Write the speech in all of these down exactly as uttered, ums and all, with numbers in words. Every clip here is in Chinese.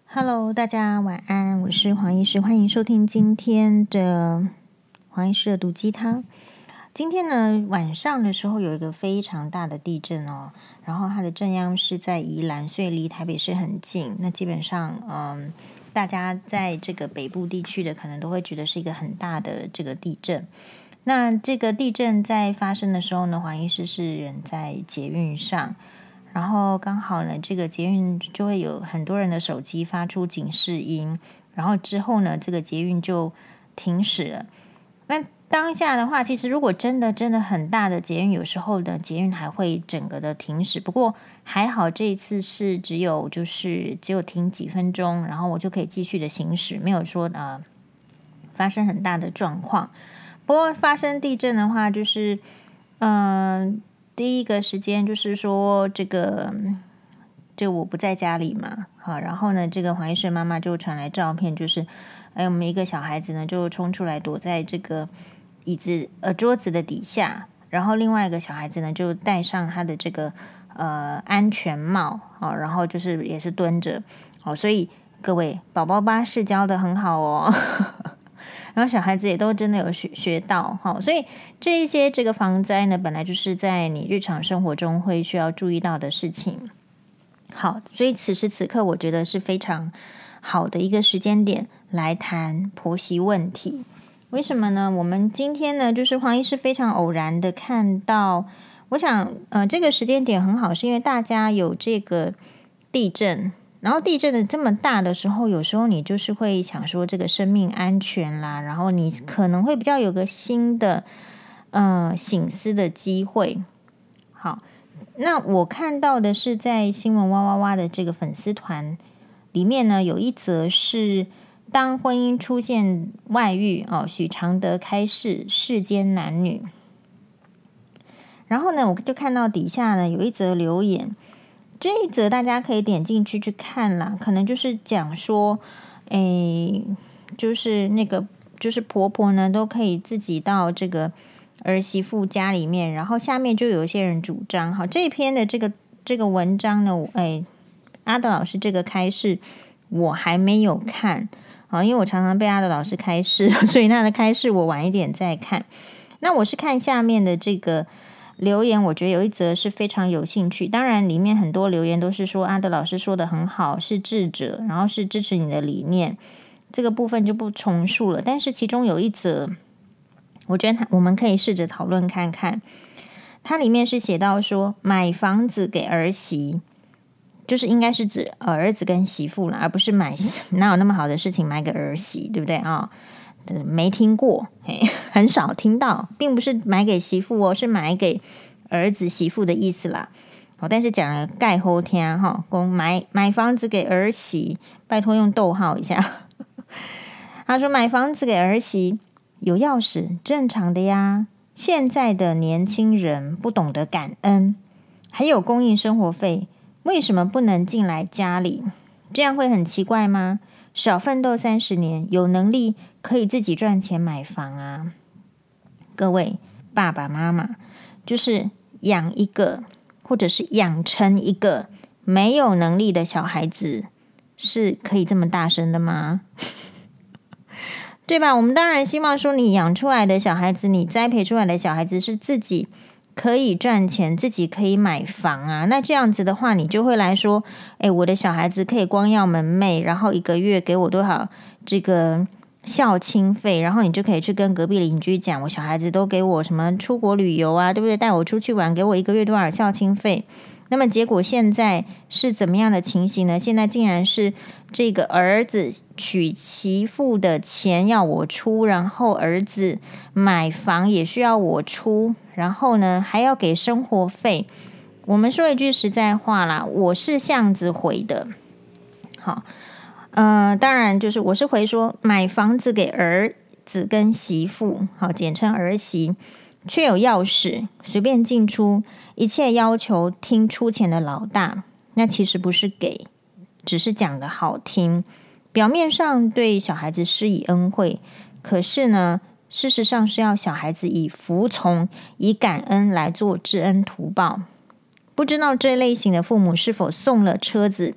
Hello，大家晚安，我是黄医师，欢迎收听今天的黄医师的毒鸡汤。今天呢，晚上的时候有一个非常大的地震哦，然后它的震央是在宜兰，所以离台北市很近。那基本上，嗯，大家在这个北部地区的可能都会觉得是一个很大的这个地震。那这个地震在发生的时候呢，黄医师是人在捷运上。然后刚好呢，这个捷运就会有很多人的手机发出警示音，然后之后呢，这个捷运就停驶了。那当下的话，其实如果真的真的很大的捷运，有时候呢，捷运还会整个的停驶。不过还好这一次是只有就是只有停几分钟，然后我就可以继续的行驶，没有说呃发生很大的状况。不过发生地震的话，就是嗯。呃第一个时间就是说，这个就我不在家里嘛，好，然后呢，这个黄医师妈妈就传来照片，就是哎，我们一个小孩子呢就冲出来躲在这个椅子呃桌子的底下，然后另外一个小孩子呢就戴上他的这个呃安全帽，好，然后就是也是蹲着，好，所以各位宝宝巴士教的很好哦。然后小孩子也都真的有学学到，好，所以这一些这个防灾呢，本来就是在你日常生活中会需要注意到的事情。好，所以此时此刻，我觉得是非常好的一个时间点来谈婆媳问题。为什么呢？我们今天呢，就是黄医师非常偶然的看到，我想，呃，这个时间点很好，是因为大家有这个地震。然后地震的这么大的时候，有时候你就是会想说这个生命安全啦，然后你可能会比较有个新的呃省思的机会。好，那我看到的是在新闻哇哇哇的这个粉丝团里面呢，有一则是当婚姻出现外遇哦，许常德开示世间男女。然后呢，我就看到底下呢有一则留言。这一则大家可以点进去去看啦，可能就是讲说，诶，就是那个就是婆婆呢都可以自己到这个儿媳妇家里面，然后下面就有一些人主张，好，这一篇的这个这个文章呢，诶，阿德老师这个开示我还没有看，好，因为我常常被阿德老师开示，所以他的开示我晚一点再看。那我是看下面的这个留言，我觉得有一则是非常有兴趣，当然里面很多留言都是说阿德老师说的很好，是智者，然后是支持你的理念，这个部分就不重述了。但是其中有一则我觉得我们可以试着讨论看看，它里面是写到说买房子给儿媳，就是应该是指儿子跟媳妇啦，而不是买，哪有那么好的事情买给儿媳，对不对啊？没听过，很少听到，并不是买给媳妇哦，是买给儿子媳妇的意思啦。好，但是讲了盖后天哈，公买买房子给儿媳，拜托用逗号一下。他说买房子给儿媳有钥匙，正常的呀。现在的年轻人不懂得感恩，还有供应生活费，为什么不能进来家里？这样会很奇怪吗？少奋斗三十年，有能力可以自己赚钱买房啊！各位爸爸妈妈，就是养一个或者是养成一个没有能力的小孩子，是可以这么大声的吗？对吧？我们当然希望说，你养出来的小孩子，你栽培出来的小孩子是自己可以赚钱，自己可以买房啊。那这样子的话，你就会来说，诶，我的小孩子可以光耀门楣，然后一个月给我多少这个孝亲费，然后你就可以去跟隔壁邻居讲，我小孩子都给我什么出国旅游啊，对不对？带我出去玩，给我一个月多少孝亲费。那么结果现在是怎么样的情形呢？现在竟然是这个儿子娶媳妇的钱要我出，然后儿子买房也需要我出，然后呢还要给生活费。我们说一句实在话啦，我是这样子回的。好，呃，当然就是我是回说买房子给儿子跟媳妇，好，简称儿媳，却有钥匙随便进出，一切要求听出钱的老大，那其实不是给，只是讲的好听，表面上对小孩子施以恩惠，可是呢事实上是要小孩子以服从以感恩来做知恩图报。不知道这类型的父母是否送了车子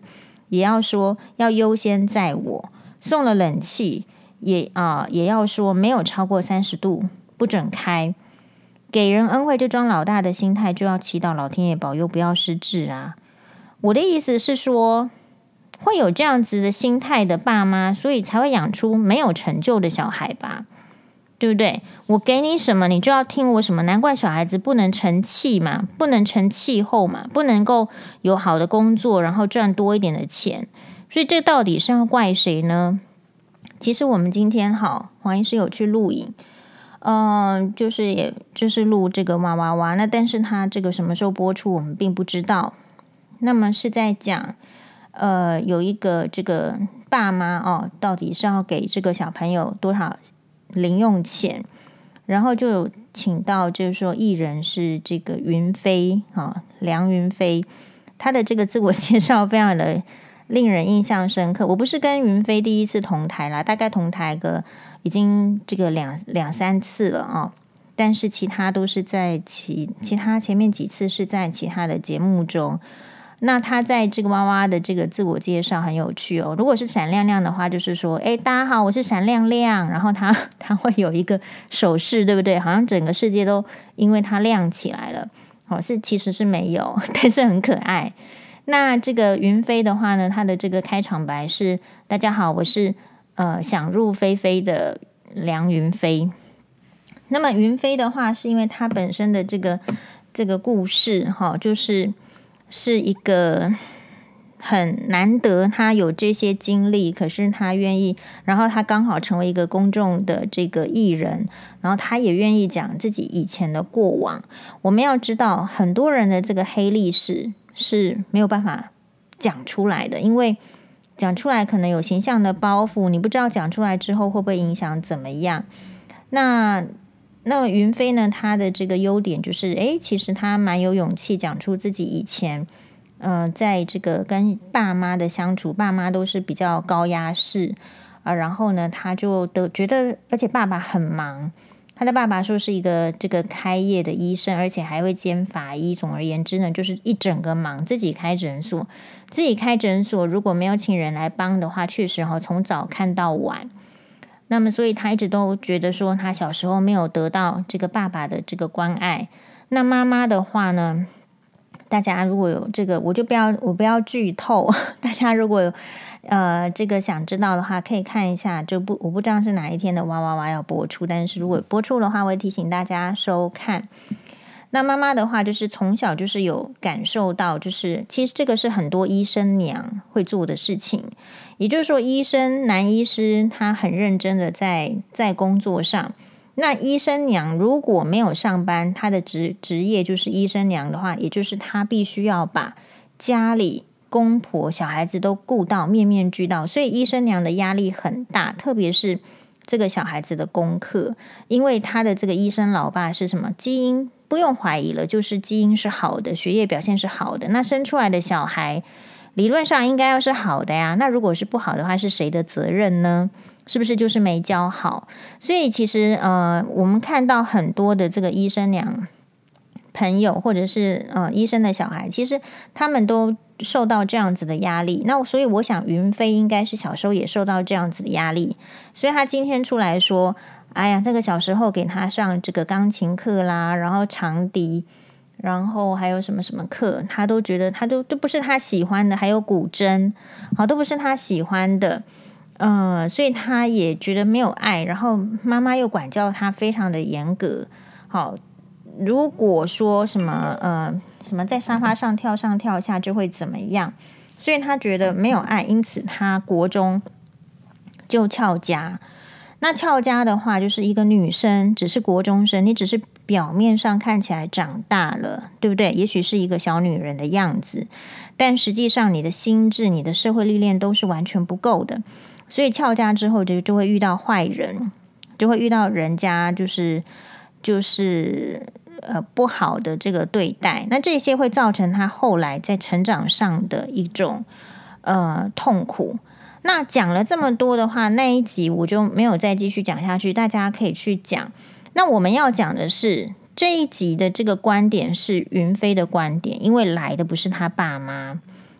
也要说要优先在我，送了冷气也啊、呃、也要说没有超过三十度不准开，给人恩惠就装老大的心态，就要祈祷老天爷保佑不要失智啊。我的意思是说，会有这样子的心态的爸妈，所以才会养出没有成就的小孩吧，对不对？我给你什么，你就要听我什么，难怪小孩子不能成器嘛，不能成气候嘛，不能够有好的工作，然后赚多一点的钱。所以这到底是要怪谁呢？其实我们今天好，黄医师有去录影，嗯、呃，就是也就是录这个哇哇哇，那但是他这个什么时候播出，我们并不知道。那么是在讲，呃，有一个这个爸妈哦，到底是要给这个小朋友多少零用钱，然后就有请到就是说艺人是这个云飞啊、哦，梁云飞，他的这个自我介绍非常的令人印象深刻。我不是跟云飞第一次同台啦，大概同台个已经这个两两三次了啊、哦，但是其他都是在其其他前面几次是在其他的节目中。那他在这个娃娃的这个自我介绍很有趣哦。如果是闪亮亮的话，就是说，哎，大家好，我是闪亮亮。然后他他会有一个手势，对不对？好像整个世界都因为他亮起来了。哦，是其实是没有，但是很可爱。那这个云飞的话呢，他的这个开场白是：大家好，我是呃想入非非的梁云飞。那么云飞的话，是因为他本身的这个这个故事，哈、哦，就是。是一个很难得，他有这些经历，可是他愿意，然后他刚好成为一个公众的这个艺人，然后他也愿意讲自己以前的过往。我们要知道，很多人的这个黑历史是没有办法讲出来的，因为讲出来可能有形象的包袱，你不知道讲出来之后会不会影响怎么样。那那云飞呢？他的这个优点就是，诶，其实他蛮有勇气讲出自己以前，呃，在这个跟爸妈的相处，爸妈都是比较高压式啊、呃。然后呢，他就得觉得，而且爸爸很忙，他的爸爸说是一个这个开业的医生，而且还会兼法医。总而言之呢，就是一整个忙，自己开诊所，自己开诊所，如果没有请人来帮的话，确实哈、哦，从早看到晚。那么，所以他一直都觉得说，他小时候没有得到这个爸爸的这个关爱。那妈妈的话呢，大家如果有这个，我就不要我不要剧透。大家如果有呃这个想知道的话，可以看一下。就不我不知道是哪一天的哇哇哇要播出，但是如果播出的话，我会提醒大家收看。那妈妈的话，就是从小就是有感受到，就是其实这个是很多医生娘会做的事情。也就是说，医生男医师他很认真的在在工作上。那医生娘如果没有上班，他的职职业就是医生娘的话，也就是他必须要把家里公婆小孩子都顾到，面面俱到。所以医生娘的压力很大，特别是这个小孩子的功课，因为他的这个医生老爸是什么基因？不用怀疑了，就是基因是好的，学业表现是好的，那生出来的小孩理论上应该要是好的呀。那如果是不好的话，是谁的责任呢？是不是就是没教好？所以其实呃，我们看到很多的这个医生娘朋友，或者是呃医生的小孩，其实他们都受到这样子的压力。那所以我想云飞应该是小时候也受到这样子的压力，所以他今天出来说，哎呀，这个小时候给他上这个钢琴课啦，然后长笛，然后还有什么什么课，他都觉得他都都不是他喜欢的，还有古筝，好，都不是他喜欢的，嗯、呃，所以他也觉得没有爱，然后妈妈又管教他非常的严格，好，如果说什么呃什么在沙发上跳上跳下就会怎么样，所以他觉得没有爱，因此他国中就翘家。那翘家的话，就是一个女生，只是国中生，你只是表面上看起来长大了，对不对？也许是一个小女人的样子，但实际上你的心智、你的社会历练都是完全不够的。所以翘家之后就就会遇到坏人，就会遇到人家就是就是呃不好的这个对待。那这些会造成他后来在成长上的一种呃痛苦。那讲了这么多的话，那一集我就没有再继续讲下去，大家可以去讲。那我们要讲的是这一集的这个观点是云飞的观点，因为来的不是他爸妈，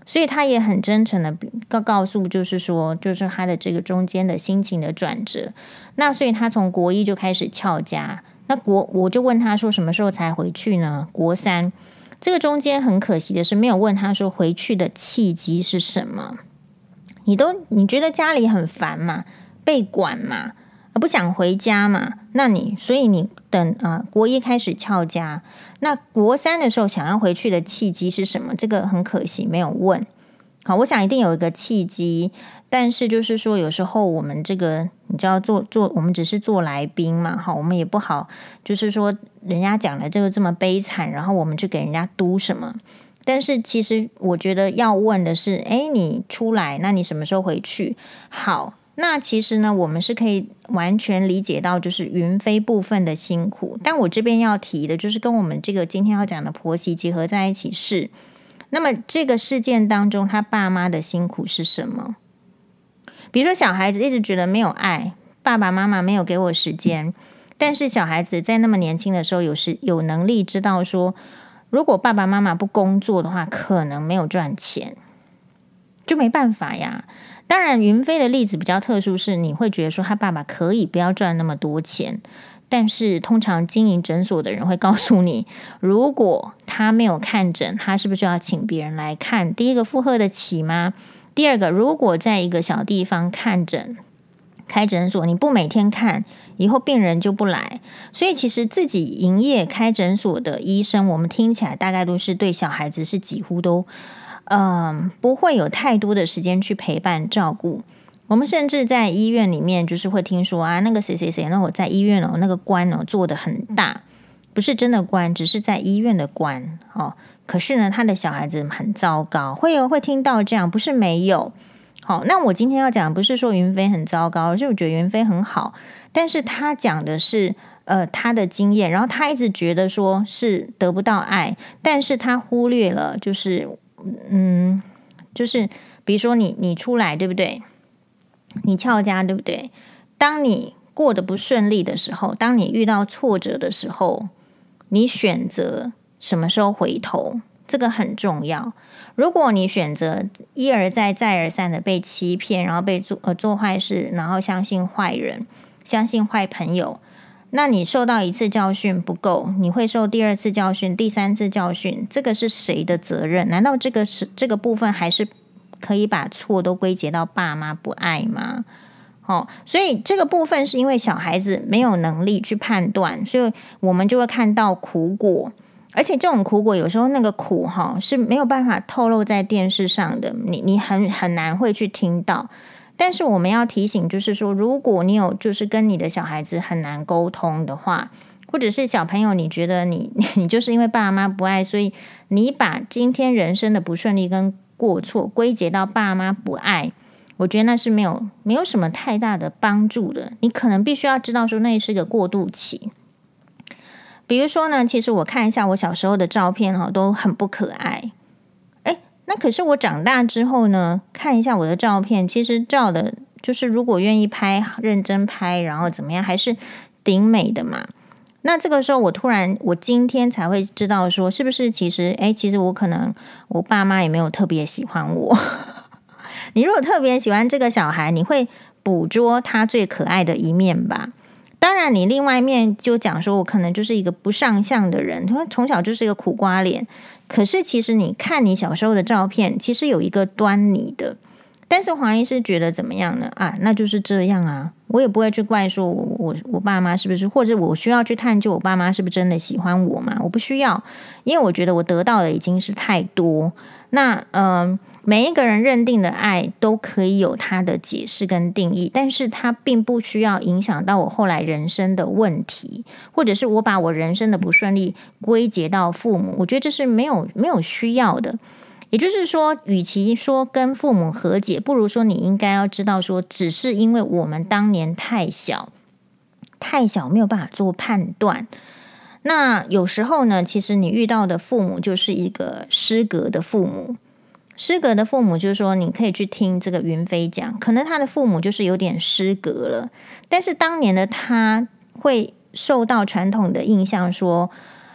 所以他也很真诚的告告诉，就是说，就是他的这个中间的心情的转折。那所以他从国一就开始翘家，那国我就问他说什么时候才回去呢？国三，这个中间很可惜的是没有问他说回去的契机是什么。你都你觉得家里很烦嘛，被管嘛，不想回家嘛，那你所以你等啊、呃、国一开始翘家，那国三的时候想要回去的契机是什么？这个很可惜没有问。好，我想一定有一个契机，但是就是说有时候我们这个你知道做做我们只是做来宾嘛，好，我们也不好就是说人家讲的这个这么悲惨，然后我们就给人家嘟什么。但是其实我觉得要问的是，诶，你出来，那你什么时候回去？好，那其实呢，我们是可以完全理解到就是云飞部分的辛苦，但我这边要提的就是跟我们这个今天要讲的婆媳结合在一起是，那么这个事件当中他爸妈的辛苦是什么？比如说小孩子一直觉得没有爱，爸爸妈妈没有给我时间，但是小孩子在那么年轻的时候有时有能力知道说，如果爸爸妈妈不工作的话，可能没有赚钱，就没办法呀。当然云飞的例子比较特殊，是你会觉得说他爸爸可以不要赚那么多钱，但是通常经营诊所的人会告诉你，如果他没有看诊，他是不是要请别人来看？第一个负荷得起吗？第二个，如果在一个小地方看诊开诊所，你不每天看，以后病人就不来。所以其实自己营业开诊所的医生，我们听起来大概都是对小孩子是几乎都嗯不会有太多的时间去陪伴照顾。我们甚至在医院里面就是会听说啊，那个谁谁谁，那我在医院哦，那个官哦做得很大，不是真的官，只是在医院的官哦。可是呢，他的小孩子很糟糕，会有会听到这样，不是没有。好，那我今天要讲不是说云飞很糟糕，而是我觉得云飞很好，但是他讲的是呃他的经验，然后他一直觉得说是得不到爱，但是他忽略了就是嗯就是比如说你你出来对不对？你翘家对不对？当你过得不顺利的时候，当你遇到挫折的时候，你选择什么时候回头，这个很重要。如果你选择一而再再而三的被欺骗，然后被做呃做坏事，然后相信坏人，相信坏朋友，那你受到一次教训不够，你会受第二次教训、第三次教训，这个是谁的责任？难道这个是这个部分还是可以把错都归结到爸妈不爱吗？哦，所以这个部分是因为小孩子没有能力去判断，所以我们就会看到苦果。而且这种苦果有时候那个苦哈是没有办法透露在电视上的，你你很很难会去听到。但是我们要提醒，就是说，如果你有就是跟你的小孩子很难沟通的话，或者是小朋友你觉得你你就是因为爸妈不爱，所以你把今天人生的不顺利跟过错归结到爸妈不爱，我觉得那是没有没有什么太大的帮助的。你可能必须要知道说，那是个过渡期。比如说呢，其实我看一下我小时候的照片哈，都很不可爱。诶，那可是我长大之后呢，看一下我的照片，其实照的就是如果愿意拍，认真拍，然后怎么样，还是顶美的嘛。那这个时候我突然，我今天才会知道说，是不是其实，诶，其实我可能我爸妈也没有特别喜欢我。你如果特别喜欢这个小孩，你会捕捉他最可爱的一面吧。当然你另外一面就讲说我可能就是一个不上相的人，他从小就是一个苦瓜脸，可是其实你看你小时候的照片其实有一个端倪的。但是黄医师觉得怎么样呢？啊，那就是这样啊，我也不会去怪说我我我爸妈是不是，或者我需要去探究我爸妈是不是真的喜欢我嘛？我不需要，因为我觉得我得到的已经是太多。那嗯、呃，每一个人认定的爱都可以有他的解释跟定义，但是它并不需要影响到我后来人生的问题，或者是我把我人生的不顺利归结到父母，我觉得这是没有没有需要的。也就是说，与其说跟父母和解，不如说你应该要知道说，只是因为我们当年太小，太小没有办法做判断。那有时候呢，其实你遇到的父母就是一个失格的父母。失格的父母就是说，你可以去听这个云飞讲，可能他的父母就是有点失格了，但是当年的他会受到传统的印象说，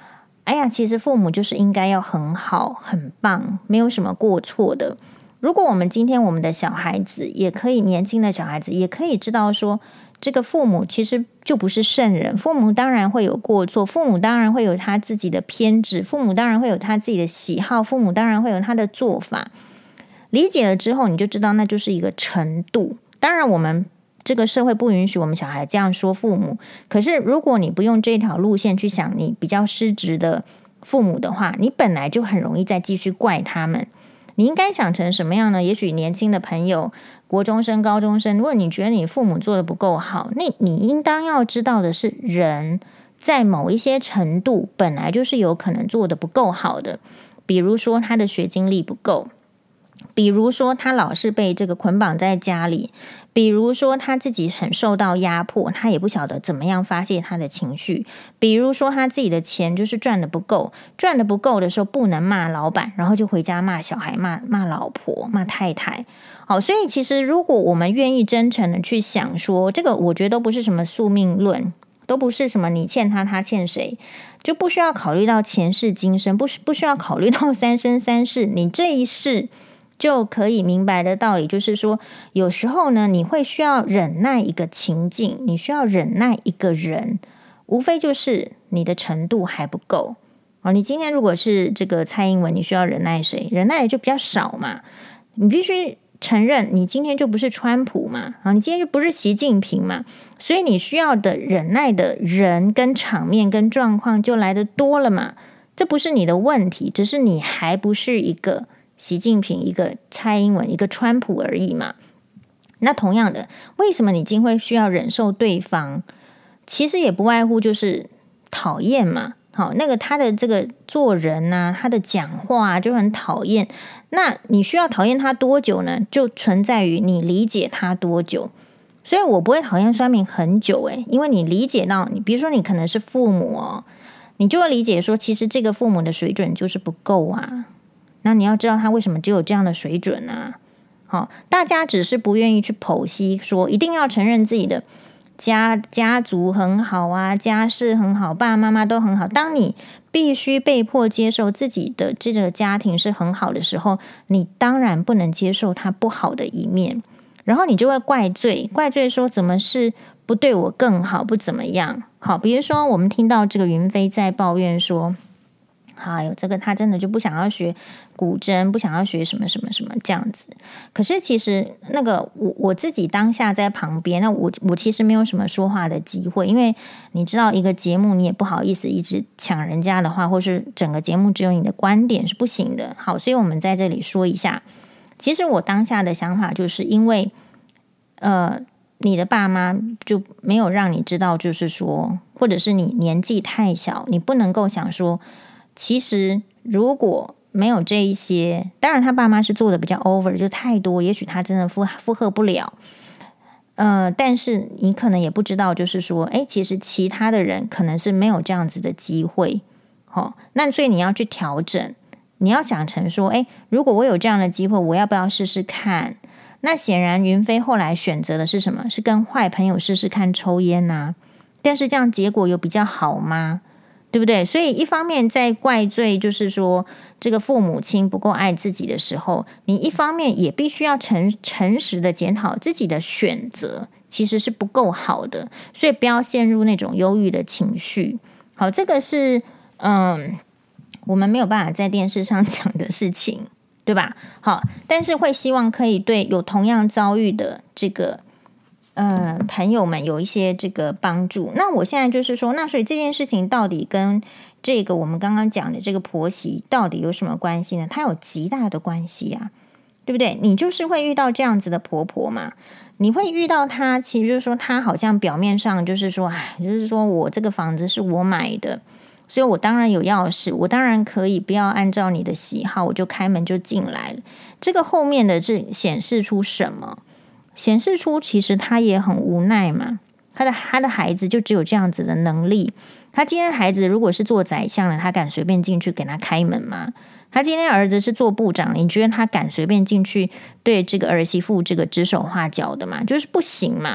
哎呀，其实父母就是应该要很好很棒，没有什么过错的。如果我们今天我们的小孩子也可以，年轻的小孩子也可以知道说，这个父母其实就不是圣人，父母当然会有过错，父母当然会有他自己的偏执，父母当然会有他自己的喜好，父母当然会有他的做法。理解了之后，你就知道那就是一个程度。当然我们这个社会不允许我们小孩这样说父母，可是如果你不用这条路线去想你比较失职的父母的话，你本来就很容易再继续怪他们。你应该想成什么样呢？也许年轻的朋友，国中生、高中生，如果你觉得你父母做的不够好，那你应当要知道的是，人在某一些程度本来就是有可能做的不够好的。比如说他的学经历不够，比如说他老是被这个捆绑在家里，比如说他自己很受到压迫，他也不晓得怎么样发泄他的情绪，比如说他自己的钱就是赚的不够，赚的不够的时候不能骂老板，然后就回家骂小孩，骂骂老婆，骂太太。好，所以其实如果我们愿意真诚的去想说，这个我觉得都不是什么宿命论，都不是什么你欠他他欠谁，就不需要考虑到前世今生，不不需要考虑到三生三世，你这一世就可以明白的道理就是说，有时候呢，你会需要忍耐一个情境，你需要忍耐一个人，无非就是你的程度还不够。哦，你今天如果是这个蔡英文，你需要忍耐谁？忍耐的就比较少嘛。你必须承认，你今天就不是川普嘛，啊，你今天就不是习近平嘛，所以你需要的忍耐的人跟场面跟状况就来得多了嘛。这不是你的问题，只是你还不是一个习近平，一个蔡英文，一个川普而已嘛。那同样的，为什么你今会需要忍受对方？其实也不外乎就是讨厌嘛。好，那个他的这个做人啊，他的讲话啊，就很讨厌。那你需要讨厌他多久呢？就存在于你理解他多久。所以我不会讨厌酸民很久诶，因为你理解到你，比如说你可能是父母哦，你就会理解说，其实这个父母的水准就是不够啊。那你要知道他为什么只有这样的水准啊？好，大家只是不愿意去剖析，说一定要承认自己的家家族很好啊，家世很好，爸爸妈妈都很好。当你必须被迫接受自己的这个家庭是很好的时候，你当然不能接受他不好的一面，然后你就会怪罪，怪罪说怎么是不对我更好，不怎么样。好，比如说我们听到这个云飞在抱怨说，哎呦，这个他真的就不想要学古筝，不想要学什么什么什么这样子。可是其实那个我我自己当下在旁边，那我我其实没有什么说话的机会，因为你知道一个节目你也不好意思一直抢人家的话，或是整个节目只有你的观点是不行的。好，所以我们在这里说一下，其实我当下的想法就是因为呃你的爸妈就没有让你知道，就是说，或者是你年纪太小，你不能够想说，其实如果没有这一些，当然他爸妈是做的比较 over， 就太多，也许他真的负负荷不了。呃，但是你可能也不知道，就是说，哎，其实其他的人可能是没有这样子的机会。好、哦，那所以你要去调整，你要想成说，哎，如果我有这样的机会，我要不要试试看？那显然云飞后来选择的是什么？是跟坏朋友试试看抽烟啊。但是这样结果有比较好吗？对不对？所以一方面在怪罪，就是说这个父母亲不够爱自己的时候，你一方面也必须要诚诚实的检讨自己的选择其实是不够好的，所以不要陷入那种忧郁的情绪。好，这个是嗯，我们没有办法在电视上讲的事情，对吧？好，但是会希望可以对有同样遭遇的这个呃，朋友们有一些这个帮助。那我现在就是说，那所以这件事情到底跟这个我们刚刚讲的这个婆媳到底有什么关系呢？它有极大的关系啊，对不对？你就是会遇到这样子的婆婆嘛，你会遇到她，其实就是说她好像表面上就是说，哎，就是说我这个房子是我买的，所以我当然有钥匙，我当然可以不要按照你的喜好，我就开门就进来了。这个后面的是显示出什么？显示出其实他也很无奈嘛，他的他的孩子就只有这样子的能力。他今天孩子如果是做宰相了，他敢随便进去给他开门吗？他今天儿子是做部长，你觉得他敢随便进去对这个儿媳妇这个指手画脚的吗？就是不行嘛。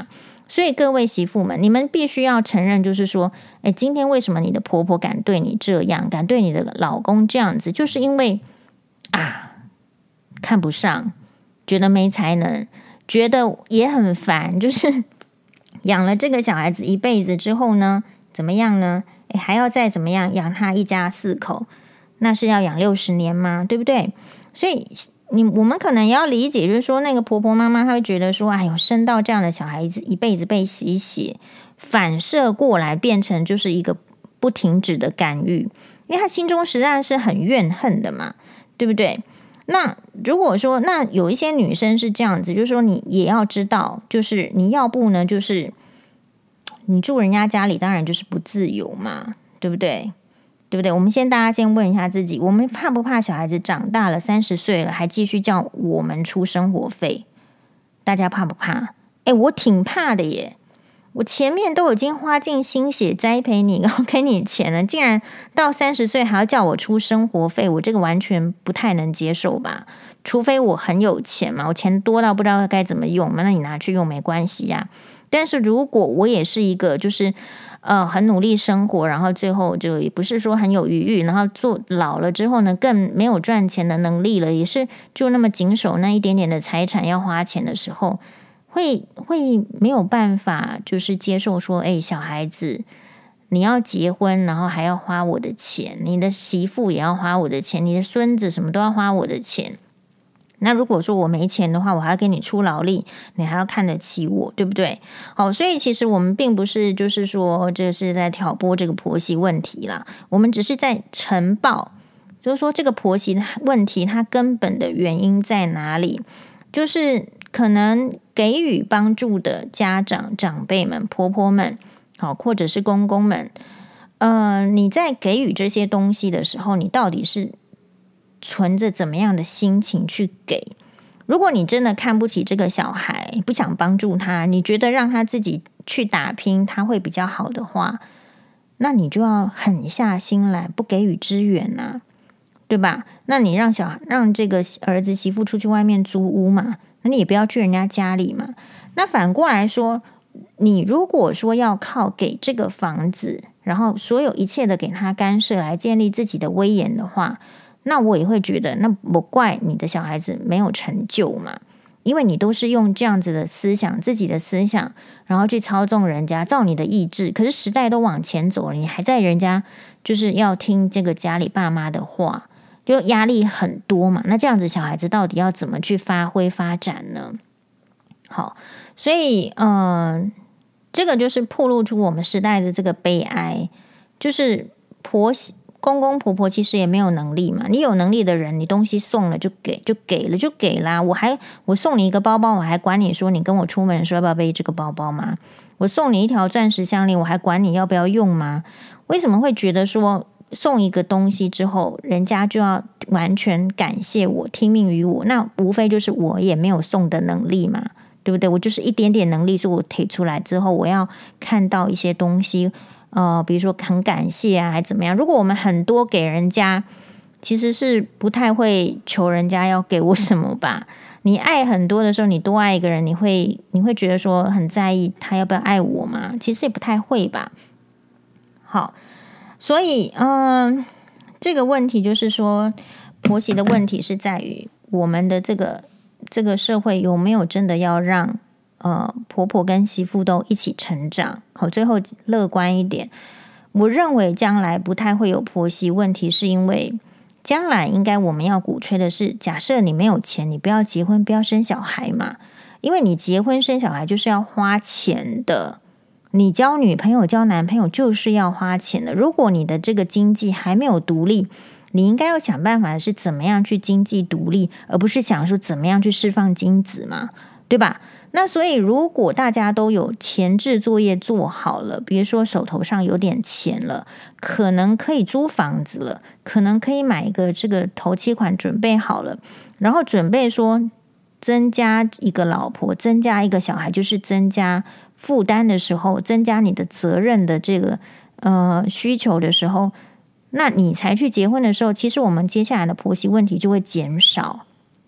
所以各位媳妇们，你们必须要承认，就是说，诶，今天为什么你的婆婆敢对你这样，敢对你的老公这样子，就是因为啊，看不上，觉得没才能，觉得也很烦，就是养了这个小孩子一辈子之后呢，怎么样呢？诶，还要再怎么样养他一家四口，那是要养六十年吗？对不对？所以你我们可能也要理解，就是说那个婆婆妈妈她会觉得说，哎呦，生到这样的小孩子一辈子被洗血，反射过来变成就是一个不停止的干预，因为她心中实在是很怨恨的嘛，对不对？那如果说那有一些女生是这样子，就是说你也要知道，就是你要不呢，就是你住人家家里，当然就是不自由嘛，对不对？对不对？我们先大家先问一下自己，我们怕不怕小孩子长大了三十岁了还继续叫我们出生活费？大家怕不怕？诶，我挺怕的耶！我前面都已经花尽心血栽培你，然后给你钱了，竟然到三十岁还要叫我出生活费，我这个完全不太能接受吧？除非我很有钱嘛，我钱多到不知道该怎么用嘛，那你拿去用没关系呀、啊。但是如果我也是一个就是呃很努力生活，然后最后就也不是说很有余裕，然后做老了之后呢，更没有赚钱的能力了，也是就那么紧守那一点点的财产要花钱的时候，会会没有办法就是接受说，哎，小孩子你要结婚，然后还要花我的钱，你的媳妇也要花我的钱，你的孙子什么都要花我的钱。那如果说我没钱的话，我还要给你出劳力，你还要看得起我，对不对？好，所以其实我们并不是就是说这是在挑拨这个婆媳问题啦，我们只是在呈报，就是说这个婆媳的问题它根本的原因在哪里，就是可能给予帮助的家长长辈们、婆婆们，好，或者是公公们，呃，你在给予这些东西的时候，你到底是存着怎么样的心情去给？如果你真的看不起这个小孩，不想帮助他，你觉得让他自己去打拼他会比较好的话，那你就要狠下心来，不给予支援啊，对吧？那你让小让这个儿子媳妇出去外面租屋嘛，那你也不要去人家家里嘛。那反过来说，你如果说要靠给这个房子，然后所有一切的给他干涉来建立自己的威严的话，那我也会觉得，那不怪你的小孩子没有成就嘛，因为你都是用这样子的思想，自己的思想，然后去操纵人家，照你的意志。可是时代都往前走了，你还在人家就是要听这个家里爸妈的话，就压力很多嘛。那这样子小孩子到底要怎么去发挥发展呢？好，所以嗯、呃，这个就是暴露出我们时代的这个悲哀，就是婆媳。公公婆婆其实也没有能力嘛，你有能力的人，你东西送了就给，就给了就给啦。我还我送你一个包包，我还管你说你跟我出门的时候要不要背这个包包吗？我送你一条钻石项链，我还管你要不要用吗？为什么会觉得说送一个东西之后，人家就要完全感谢我，听命于我？那无非就是我也没有送的能力嘛，对不对？我就是一点点能力，所以我提出来之后，我要看到一些东西。呃，比如说很感谢啊，还怎么样？如果我们很多给人家，其实是不太会求人家要给我什么吧。你爱很多的时候，你多爱一个人，你会你会觉得说很在意他要不要爱我吗？其实也不太会吧。好，所以嗯、呃，这个问题就是说，婆媳的问题是在于我们的这个这个社会有没有真的要让。呃，婆婆跟媳妇都一起成长，好，最后乐观一点。我认为将来不太会有婆媳问题，是因为将来应该我们要鼓吹的是，假设你没有钱，你不要结婚，不要生小孩嘛，因为你结婚生小孩就是要花钱的，你交女朋友、交男朋友就是要花钱的。如果你的这个经济还没有独立，你应该要想办法是怎么样去经济独立，而不是想说怎么样去释放精子嘛，对吧？那所以如果大家都有前置作业做好了，比如说手头上有点钱了，可能可以租房子了，可能可以买一个这个头期款准备好了，然后准备说增加一个老婆，增加一个小孩，就是增加负担的时候，增加你的责任的这个呃需求的时候，那你才去结婚的时候，其实我们接下来的婆媳问题就会减少。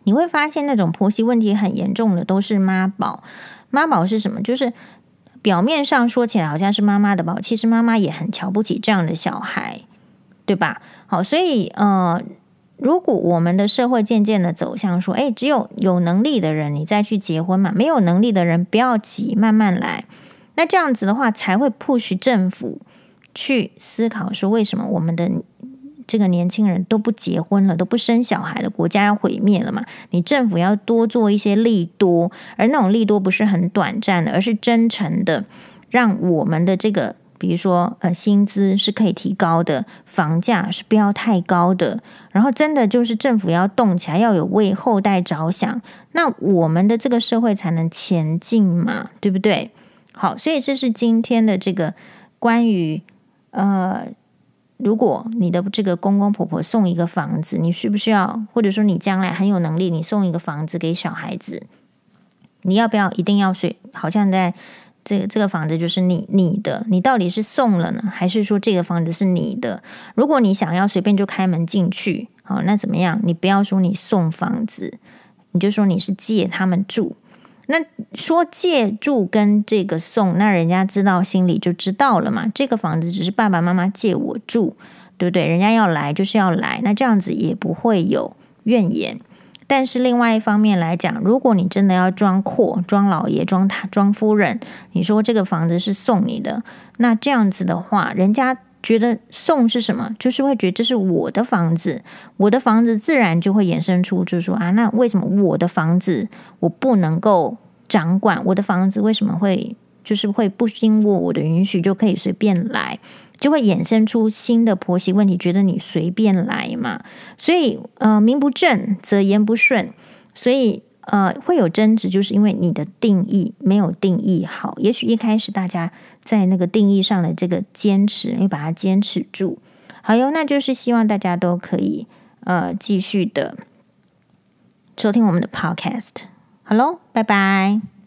你会发现那种婆媳问题很严重的都是妈宝。妈宝是什么？就是表面上说起来好像是妈妈的宝，其实妈妈也很瞧不起这样的小孩，对吧？好，所以呃，如果我们的社会渐渐的走向说，哎，只有有能力的人你再去结婚嘛，没有能力的人不要急，慢慢来。那这样子的话，才会 push 政府去思考说，为什么我们的这个年轻人都不结婚了，都不生小孩了，国家要毁灭了嘛？你政府要多做一些利多，而那种利多不是很短暂的，而是真诚的，让我们的这个，比如说呃薪资是可以提高的，房价是不要太高的，然后真的就是政府要动起来，要有为后代着想，那我们的这个社会才能前进嘛，对不对？好，所以这是今天的这个关于呃。如果你的这个公公婆婆送一个房子，你需不需要，或者说你将来很有能力，你送一个房子给小孩子，你要不要一定要随，好像在这个这个房子就是你你的，你到底是送了呢，还是说这个房子是你的？如果你想要随便就开门进去，好，那怎么样？你不要说你送房子，你就说你是借他们住。那说借住跟这个送，那人家知道心里就知道了嘛。这个房子只是爸爸妈妈借我住，对不对？人家要来就是要来，那这样子也不会有怨言。但是另外一方面来讲，如果你真的要装阔、装老爷、装他、装夫人，你说这个房子是送你的，那这样子的话，人家觉得送是什么？就是会觉得这是我的房子，我的房子自然就会衍生出，就是说啊，那为什么我的房子我不能够掌管？我的房子为什么会就是会不经过我的允许就可以随便来？就会衍生出新的婆媳问题，觉得你随便来嘛。所以呃，名不正则言不顺，所以呃会有争执，就是因为你的定义没有定义好。也许一开始大家在那个定义上的这个坚持，你把它坚持住。好哟，那就是希望大家都可以呃继续的收听我们的 podcast。好喽，拜拜。